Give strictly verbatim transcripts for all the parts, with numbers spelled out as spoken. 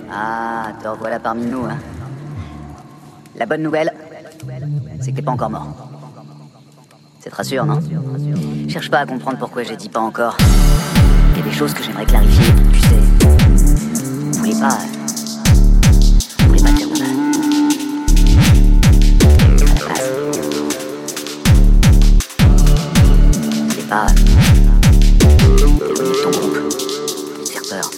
Ah, te revoilà parmi nous, hein. La bonne nouvelle, c'est que t'es pas encore mort. Ça te rassure, non? Cherche pas à comprendre pourquoi j'ai dit pas encore. Il y a des choses que j'aimerais clarifier, tu sais. Vous voulez pas... Vous voulez pas te faire de mal. À la base. Vous voulez pas... éloigner ton groupe. Faire peur.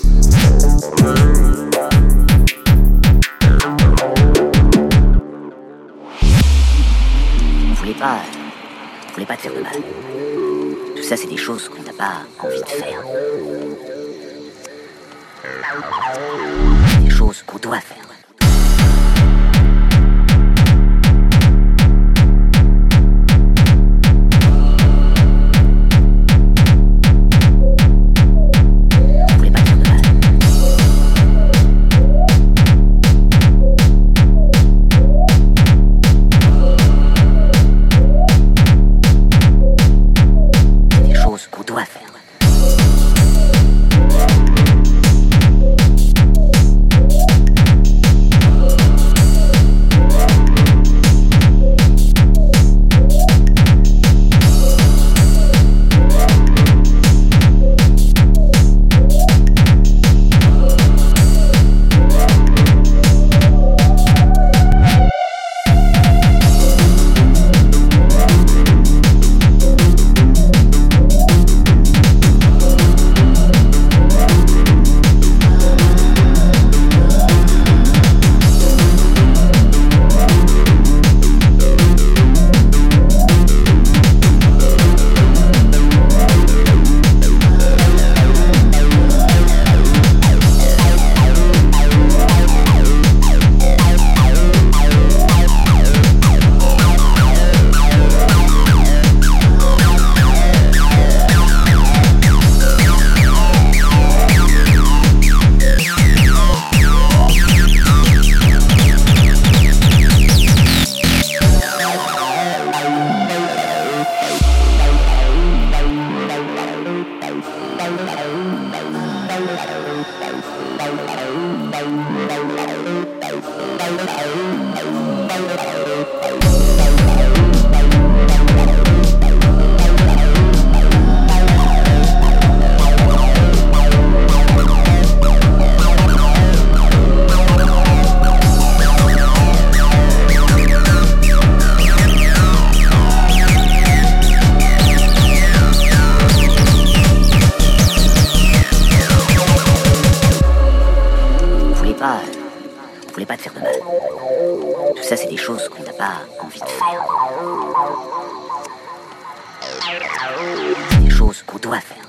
Vous voulez pas... Vous voulez pas te faire de mal. Tout ça, c'est des choses qu'on n'a pas envie de faire. Des choses qu'on doit faire. Vous voulez pas te faire de mal. Qu'on doit faire. Vous voulez pas te faire de mal. Tout ça, c'est des choses qu'on n'a pas envie de faire. Des choses qu'on doit faire.